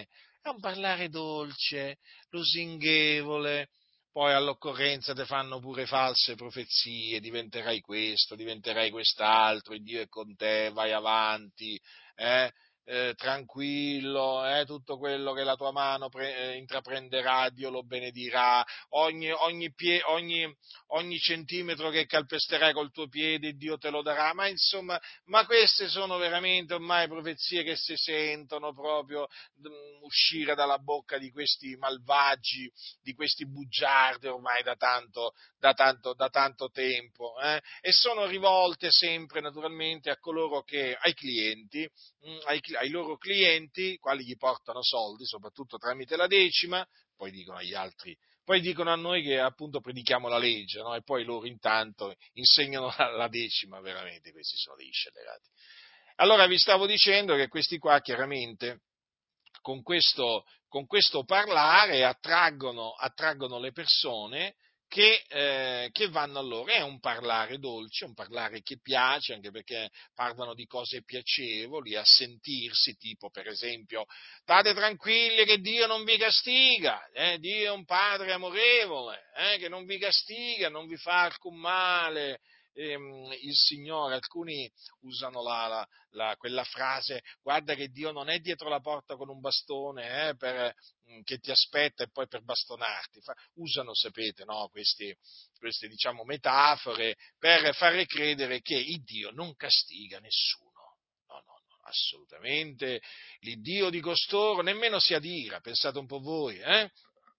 è un parlare dolce, lusinghevole. Poi all'occorrenza ti fanno pure false profezie, diventerai questo, diventerai quest'altro, il Dio è con te, vai avanti, eh, eh, tranquillo, eh, tutto quello che la tua mano pre- eh, intraprenderà, Dio lo benedirà, ogni, ogni, pie- ogni, ogni centimetro che calpesterai col tuo piede, Dio te lo darà, ma insomma, ma queste sono veramente ormai profezie che si sentono proprio mh, uscire dalla bocca di questi malvagi, di questi bugiardi ormai da tanto, da tanto, da tanto tempo, eh? E sono rivolte sempre naturalmente a coloro che, ai clienti, mh, ai, ai loro clienti, quali gli portano soldi, soprattutto tramite la decima, poi dicono agli altri, poi dicono a noi che appunto predichiamo la legge, no? E poi loro intanto insegnano la, la decima, veramente, questi sono degli scellerati. Allora vi stavo dicendo che questi qua chiaramente con questo, con questo parlare attraggono, attraggono le persone che, eh, che vanno a loro. È un parlare dolce, un parlare che piace, anche perché parlano di cose piacevoli a sentirsi, tipo per esempio, state tranquilli che Dio non vi castiga, eh? Dio è un Padre amorevole, eh? Che non vi castiga, non vi fa alcun male. Ehm, il Signore, alcuni usano la, la, la, quella frase, guarda che Dio non è dietro la porta con un bastone eh, per, mh, che ti aspetta e poi per bastonarti. Fa, usano, sapete, no, questi, queste diciamo, metafore per fare credere che il Dio non castiga nessuno. No, no, no, assolutamente. L'Iddio di costoro nemmeno si adira, pensate un po' voi, eh?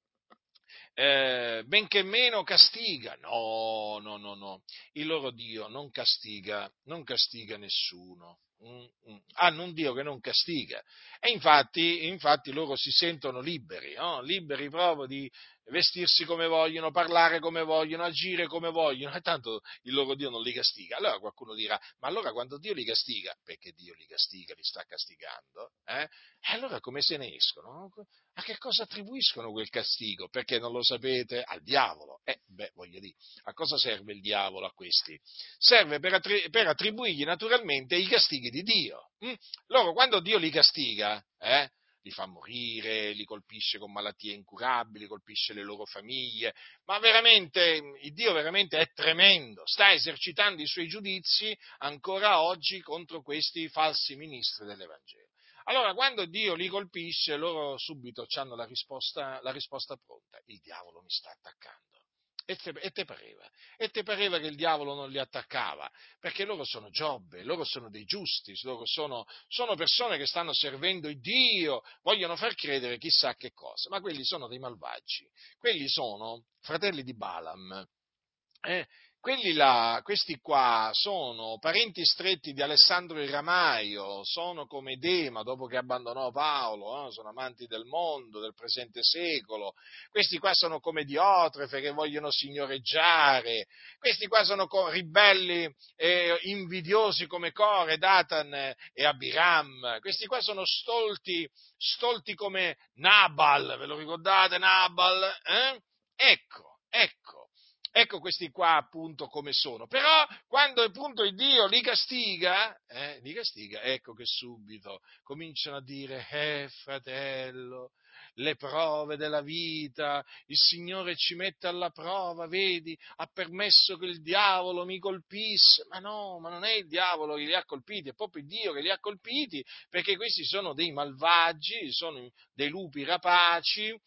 Eh, benché meno castiga. No, no, no, no. Il loro Dio non castiga, non castiga nessuno. Mm, mm. Hanno un Dio che non castiga. E infatti, infatti loro si sentono liberi, no? Liberi proprio di vestirsi come vogliono, parlare come vogliono, agire come vogliono, e tanto il loro Dio non li castiga. Allora qualcuno dirà, ma allora quando Dio li castiga, perché Dio li castiga, li sta castigando, eh? E allora come se ne escono? A che cosa attribuiscono quel castigo? Perché non lo sapete? Al diavolo. Eh, beh, voglio dire, a cosa serve il diavolo a questi? Serve per, attri- per attribuirgli naturalmente i castighi di Dio. Mm? Loro quando Dio li castiga, eh, li fa morire, li colpisce con malattie incurabili, colpisce le loro famiglie, ma veramente, il Dio veramente è tremendo, sta esercitando i suoi giudizi ancora oggi contro questi falsi ministri dell'Evangelo. Allora, quando Dio li colpisce, loro subito hanno la risposta, la risposta pronta. Il diavolo mi sta attaccando. E te, e te pareva? E te pareva che il diavolo non li attaccava? Perché loro sono giobbe, loro sono dei giusti, loro sono, sono persone che stanno servendo il Dio, vogliono far credere chissà che cosa, ma quelli sono dei malvagi, quelli sono fratelli di Balaam. Eh, quelli là, questi qua, sono parenti stretti di Alessandro il Ramaio, sono come Dema dopo che abbandonò Paolo, eh, sono amanti del mondo, del presente secolo. Questi qua sono come Diotrefe che vogliono signoreggiare. Questi qua sono co- ribelli e invidiosi come Core, Datan e Abiram. Questi qua sono stolti, stolti come Nabal, ve lo ricordate Nabal? Eh? Ecco, ecco. Ecco questi qua appunto come sono, però quando appunto il Dio li castiga, eh, li castiga, ecco che subito cominciano a dire, eh fratello, le prove della vita, il Signore ci mette alla prova, vedi, ha permesso che il diavolo mi colpisse, ma no, ma non è il diavolo che li ha colpiti, è proprio il Dio che li ha colpiti, perché questi sono dei malvagi, sono dei lupi rapaci,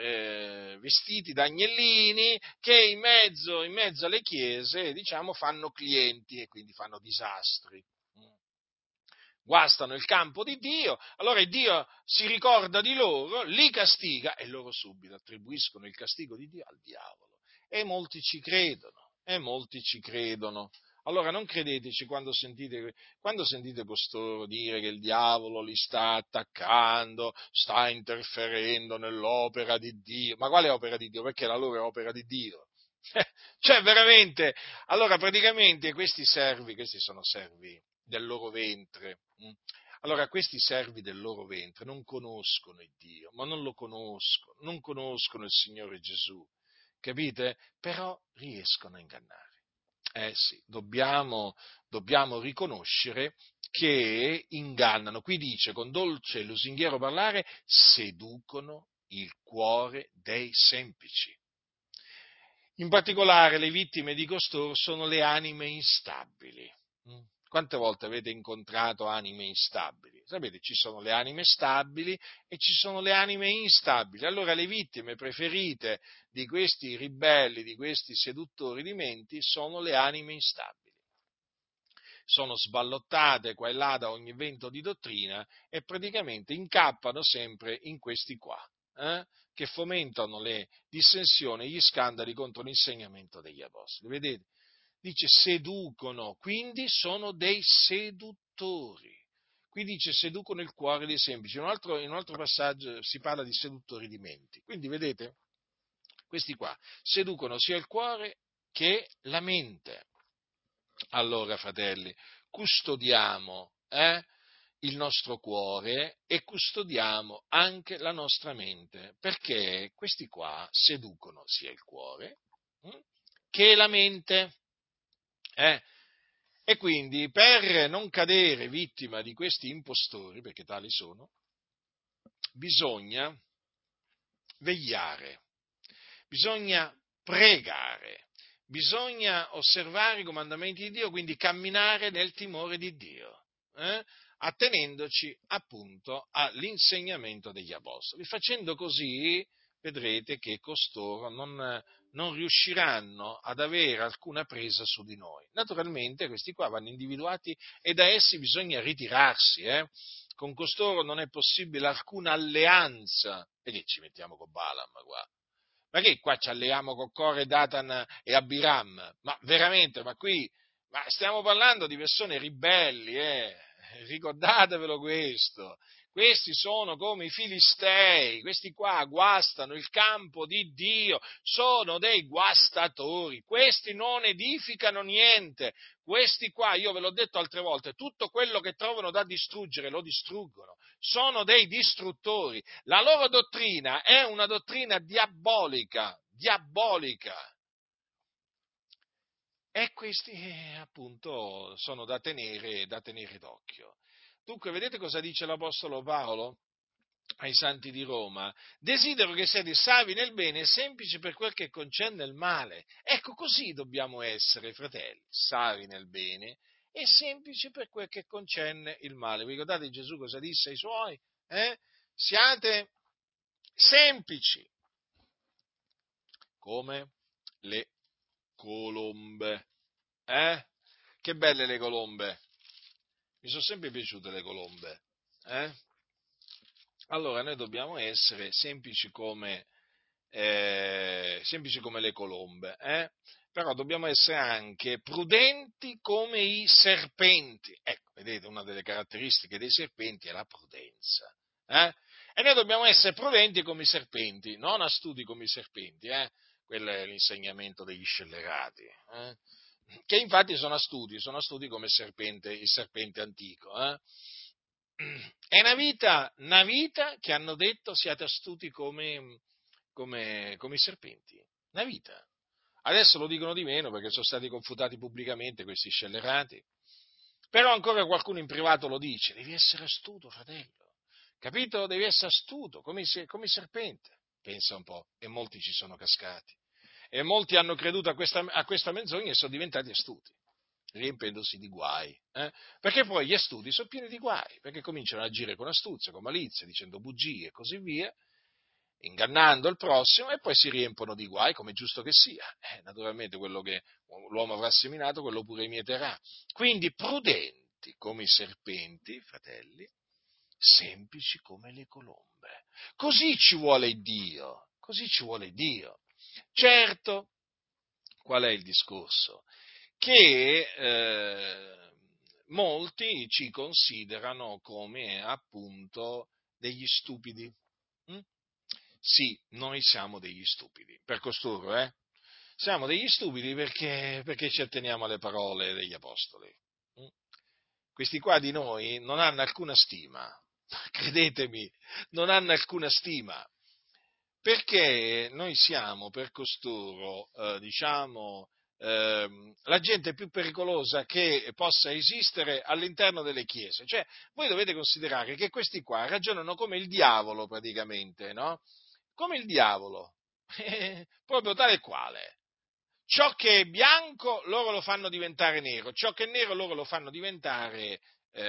eh, vestiti da agnellini che in mezzo, in mezzo alle chiese, diciamo, fanno clienti e quindi fanno disastri. Guastano il campo di Dio, allora il Dio si ricorda di loro, li castiga e loro subito attribuiscono il castigo di Dio al diavolo. E molti ci credono, e molti ci credono. Allora non credeteci quando sentite, quando sentite costoro dire che il diavolo li sta attaccando, sta interferendo nell'opera di Dio. Ma quale opera di Dio? Perché la loro è opera di Dio. Cioè veramente, allora praticamente questi servi, questi sono servi del loro ventre. Allora questi servi del loro ventre non conoscono il Dio, ma non lo conoscono, non conoscono il Signore Gesù, capite? Però riescono a ingannare. Eh sì, dobbiamo, dobbiamo riconoscere che ingannano. Qui dice, con dolce e lusinghiero parlare, seducono il cuore dei semplici. In particolare le vittime di costoro sono le anime instabili. Mm. Quante volte avete incontrato anime instabili? Sapete, ci sono le anime stabili e ci sono le anime instabili. Allora le vittime preferite di questi ribelli, di questi seduttori di menti, sono le anime instabili. Sono sballottate qua e là da ogni vento di dottrina e praticamente incappano sempre in questi qua, eh, che fomentano le dissensioni e gli scandali contro l'insegnamento degli apostoli. Vedete? Dice seducono, quindi sono dei seduttori. Qui dice seducono il cuore dei semplici. In un altro, in un altro passaggio si parla di seduttori di menti. Quindi vedete, questi qua seducono sia il cuore che la mente. Allora, fratelli, custodiamo eh, il nostro cuore e custodiamo anche la nostra mente, perché questi qua seducono sia il cuore hm, che la mente. Eh? E quindi, per non cadere vittima di questi impostori, perché tali sono, bisogna vegliare, bisogna pregare, bisogna osservare i comandamenti di Dio, quindi camminare nel timore di Dio, eh? attenendoci appunto all'insegnamento degli apostoli. Facendo così vedrete che costoro non, non riusciranno ad avere alcuna presa su di noi. Naturalmente questi qua vanno individuati e da essi bisogna ritirarsi, eh? Con costoro non è possibile alcuna alleanza. E che ci mettiamo con Balaam qua? Ma che qua ci alleiamo con Core, Datan e Abiram? Ma veramente, ma qui ma stiamo parlando di persone ribelli, eh? Ricordatevelo questo. Questi sono come i filistei, questi qua guastano il campo di Dio, sono dei guastatori, questi non edificano niente, questi qua, io ve l'ho detto altre volte, tutto quello che trovano da distruggere lo distruggono, sono dei distruttori, la loro dottrina è una dottrina diabolica, diabolica. E questi eh, appunto sono da tenere, da tenere d'occhio. Dunque, vedete cosa dice l'Apostolo Paolo ai santi di Roma? Desidero che siate savi nel bene e semplici per quel che concerne il male. Ecco, così dobbiamo essere, fratelli, savi nel bene e semplici per quel che concerne il male. Vi ricordate Gesù cosa disse ai suoi? Eh? Siate semplici, come le colombe. Eh? Che belle le colombe! Mi sono sempre piaciute le colombe. Eh? Allora noi dobbiamo essere semplici come, eh, semplici come le colombe, eh? Però dobbiamo essere anche prudenti come i serpenti. Ecco, vedete, una delle caratteristiche dei serpenti è la prudenza. Eh? E noi dobbiamo essere prudenti come i serpenti, non astuti come i serpenti. Eh? Quello è l'insegnamento degli scellerati. Eh? Che infatti sono astuti, sono astuti come il serpente, il serpente antico. Eh? È una vita, una vita che hanno detto siate astuti come, come, come i serpenti. Una vita. Adesso lo dicono di meno perché sono stati confutati pubblicamente questi scellerati. Però ancora qualcuno in privato lo dice, devi essere astuto, fratello. Capito? Devi essere astuto, come il, come il serpente. Pensa un po', e molti ci sono cascati. E molti hanno creduto a questa, a questa menzogna e sono diventati astuti, riempendosi di guai. Eh? Perché poi gli astuti sono pieni di guai, perché cominciano ad agire con astuzia, con malizia, dicendo bugie e così via, ingannando il prossimo e poi si riempono di guai, come è giusto che sia. Eh, naturalmente quello che l'uomo avrà seminato, quello pure mieterà. Quindi prudenti come i serpenti, fratelli, semplici come le colombe. Così ci vuole Dio, così ci vuole Dio. Certo, qual è il discorso? Che eh, molti ci considerano come appunto degli stupidi. Mm? Sì, noi siamo degli stupidi, per costoro, eh? Siamo degli stupidi perché, perché ci atteniamo alle parole degli apostoli. Mm? Questi qua di noi non hanno alcuna stima, credetemi, non hanno alcuna stima, perché noi siamo per costoro, eh, diciamo, ehm, la gente più pericolosa che possa esistere all'interno delle chiese. Cioè, voi dovete considerare che questi qua ragionano come il diavolo praticamente, no? Come il diavolo, proprio tale e quale. Ciò che è bianco loro lo fanno diventare nero, ciò che è nero loro lo fanno diventare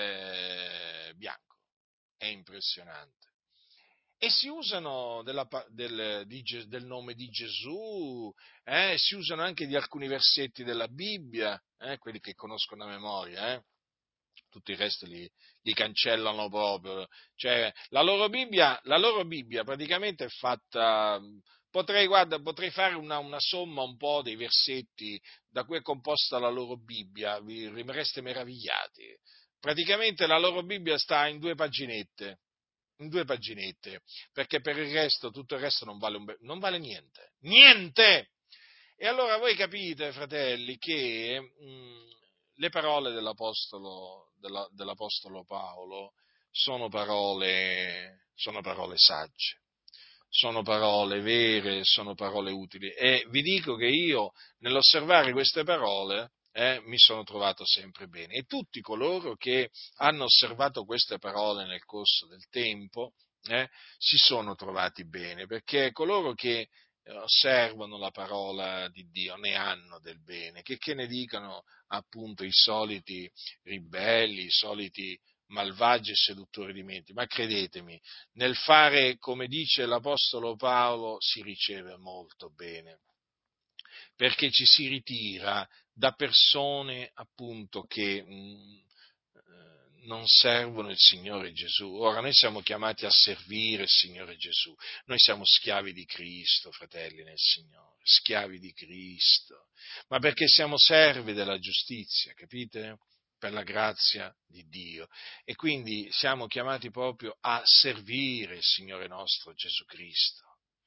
eh, bianco. È impressionante. E si usano della pa- del, di Ge- del nome di Gesù, eh, si usano anche di alcuni versetti della Bibbia, eh, quelli che conoscono a memoria, eh. Tutto il resto li, li cancellano proprio. Cioè, la loro Bibbia, la loro Bibbia praticamente è fatta. Potrei, guarda, potrei fare una, una somma un po' dei versetti da cui è composta la loro Bibbia, vi rimarreste meravigliati. Praticamente la loro Bibbia sta in due paginette, in due paginette, perché per il resto, tutto il resto non vale, un be- non vale niente. Niente! E allora voi capite, fratelli, che mh, le parole dell'apostolo, della- dell'apostolo Paolo sono parole, sono parole sagge, sono parole vere, sono parole utili. E vi dico che io, nell'osservare queste parole, eh, mi sono trovato sempre bene. E tutti coloro che hanno osservato queste parole nel corso del tempo, eh, si sono trovati bene, perché coloro che eh, osservano la parola di Dio ne hanno del bene, che, che ne dicano appunto i soliti ribelli, i soliti malvagi e seduttori di menti, ma credetemi, nel fare come dice l'Apostolo Paolo si riceve molto bene, perché ci si ritira da persone appunto che mh, eh, non servono il Signore Gesù. Ora noi siamo chiamati a servire il Signore Gesù, noi siamo schiavi di Cristo, fratelli nel Signore, schiavi di Cristo, ma perché siamo servi della giustizia, capite? Per la grazia di Dio. E quindi siamo chiamati proprio a servire il Signore nostro Gesù Cristo.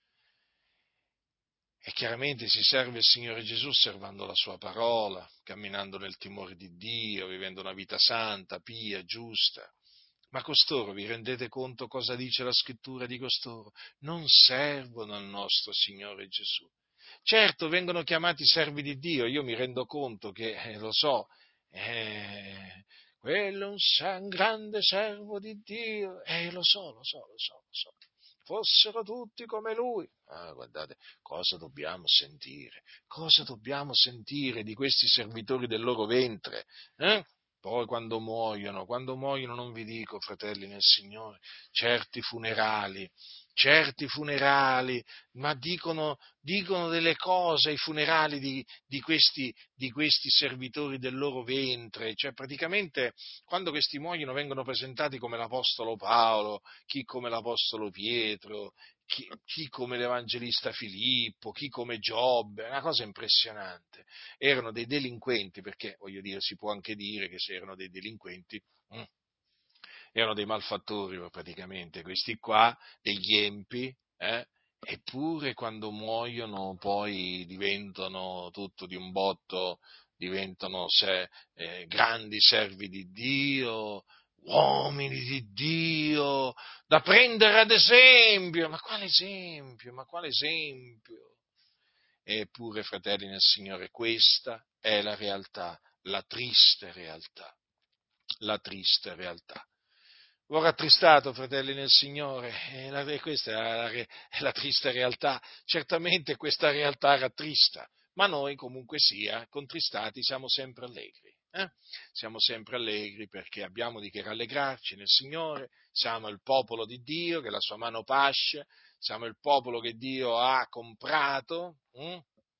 E chiaramente si serve il Signore Gesù osservando la sua parola, camminando nel timore di Dio, vivendo una vita santa, pia, giusta. Ma costoro, vi rendete conto cosa dice la scrittura di costoro? Non servono al nostro Signore Gesù. Certo, vengono chiamati servi di Dio, io mi rendo conto che, eh, lo so, eh, quello è un, san- grande servo di Dio, eh, lo so, lo so, lo so, lo so. Fossero tutti come lui. Ah, guardate, cosa dobbiamo sentire? Cosa dobbiamo sentire di questi servitori del loro ventre? Eh? Poi quando muoiono, quando muoiono non vi dico, fratelli nel Signore, certi funerali, certi funerali, ma dicono, dicono delle cose ai funerali di, di, questi, di questi servitori del loro ventre, cioè praticamente quando questi muoiono vengono presentati come l'Apostolo Paolo, chi come l'Apostolo Pietro, chi, chi come l'Evangelista Filippo, chi come Giobbe, è una cosa impressionante. Erano dei delinquenti, perché voglio dire, si può anche dire che se erano dei delinquenti, mm, erano dei malfattori praticamente, questi qua, degli empi, eh? Eppure quando muoiono poi diventano tutto di un botto, diventano se, eh, grandi servi di Dio, uomini di Dio, da prendere ad esempio. Ma quale esempio? Ma quale esempio? Eppure, fratelli nel Signore, questa è la realtà, la triste realtà, la triste realtà. L'ho rattristato, fratelli nel Signore, e, la, e questa è la, è la triste realtà. Certamente questa realtà rattrista, ma noi comunque sia, contristati, siamo sempre allegri. Eh? Siamo sempre allegri perché abbiamo di che rallegrarci nel Signore, siamo il popolo di Dio che la sua mano pasce, siamo il popolo che Dio ha comprato. Hm?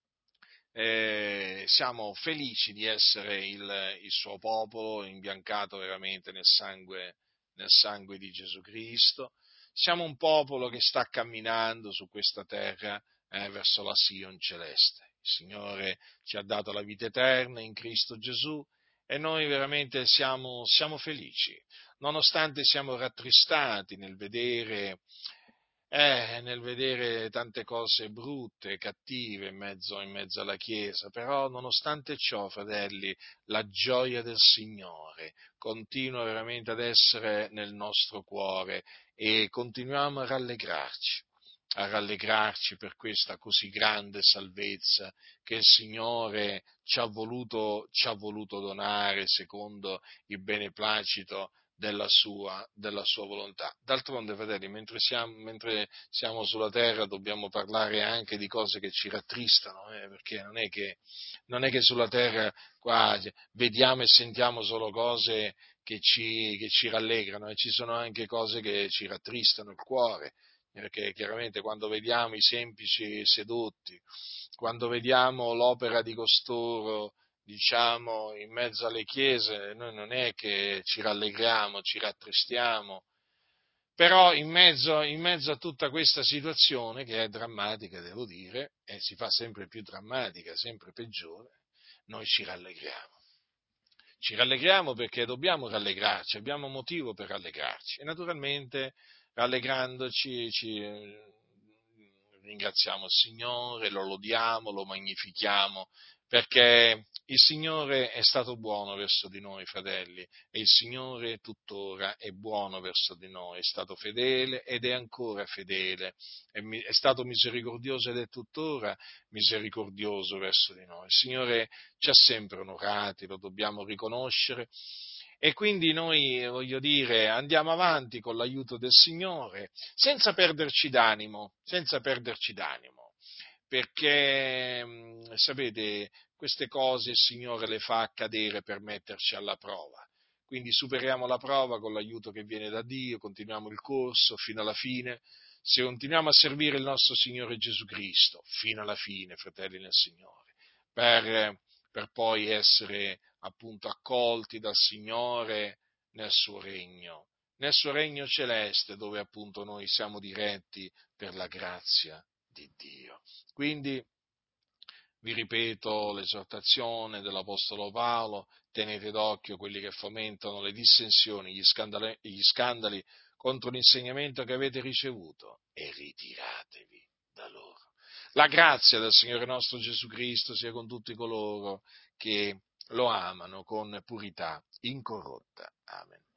Eh, siamo felici di essere il, il suo popolo, imbiancato veramente nel sangue, nel sangue di Gesù Cristo. Siamo un popolo che sta camminando su questa terra eh, verso la Sion celeste. Il Signore ci ha dato la vita eterna in Cristo Gesù e noi veramente siamo, siamo felici, nonostante siamo rattristati nel vedere eh, nel vedere tante cose brutte, cattive in mezzo, in mezzo alla Chiesa, però nonostante ciò, fratelli, la gioia del Signore continua veramente ad essere nel nostro cuore e continuiamo a rallegrarci. a rallegrarci per questa così grande salvezza che il Signore ci ha voluto, ci ha voluto donare secondo il beneplacito della sua, della sua volontà. D'altronde, fratelli, mentre siamo, mentre siamo sulla terra dobbiamo parlare anche di cose che ci rattristano, eh, perché non è che, non è che sulla terra qua vediamo e sentiamo solo cose che ci, che ci rallegrano, e ci sono anche cose che ci rattristano il cuore, perché chiaramente quando vediamo i semplici sedotti, quando vediamo l'opera di costoro, diciamo, in mezzo alle chiese, noi non è che ci rallegriamo, ci rattristiamo, però in mezzo, in mezzo a tutta questa situazione, che è drammatica, devo dire, e si fa sempre più drammatica, sempre peggiore, noi ci rallegriamo. Ci rallegriamo perché dobbiamo rallegrarci, abbiamo motivo per rallegrarci, e naturalmente rallegrandoci ci, eh, ringraziamo il Signore, lo lodiamo, lo magnifichiamo, perché il Signore è stato buono verso di noi, fratelli, e il Signore tuttora è buono verso di noi, è stato fedele ed è ancora fedele, è, mi- è stato misericordioso ed è tuttora misericordioso verso di noi. Il Signore ci ha sempre onorati, lo dobbiamo riconoscere, e quindi noi, voglio dire, andiamo avanti con l'aiuto del Signore, senza perderci d'animo, senza perderci d'animo, perché, mh, sapete, queste cose il Signore le fa accadere per metterci alla prova. Quindi superiamo la prova con l'aiuto che viene da Dio, continuiamo il corso fino alla fine, se continuiamo a servire il nostro Signore Gesù Cristo, fino alla fine, fratelli nel Signore, per, per poi essere appunto accolti dal Signore nel suo regno, nel suo regno celeste, dove appunto noi siamo diretti per la grazia di Dio. Quindi vi ripeto l'esortazione dell'Apostolo Paolo: tenete d'occhio quelli che fomentano le dissensioni, gli scandali, gli scandali contro l'insegnamento che avete ricevuto, e ritiratevi da loro. La grazia del Signore nostro Gesù Cristo sia con tutti coloro che lo amano con purità incorrotta. Amen.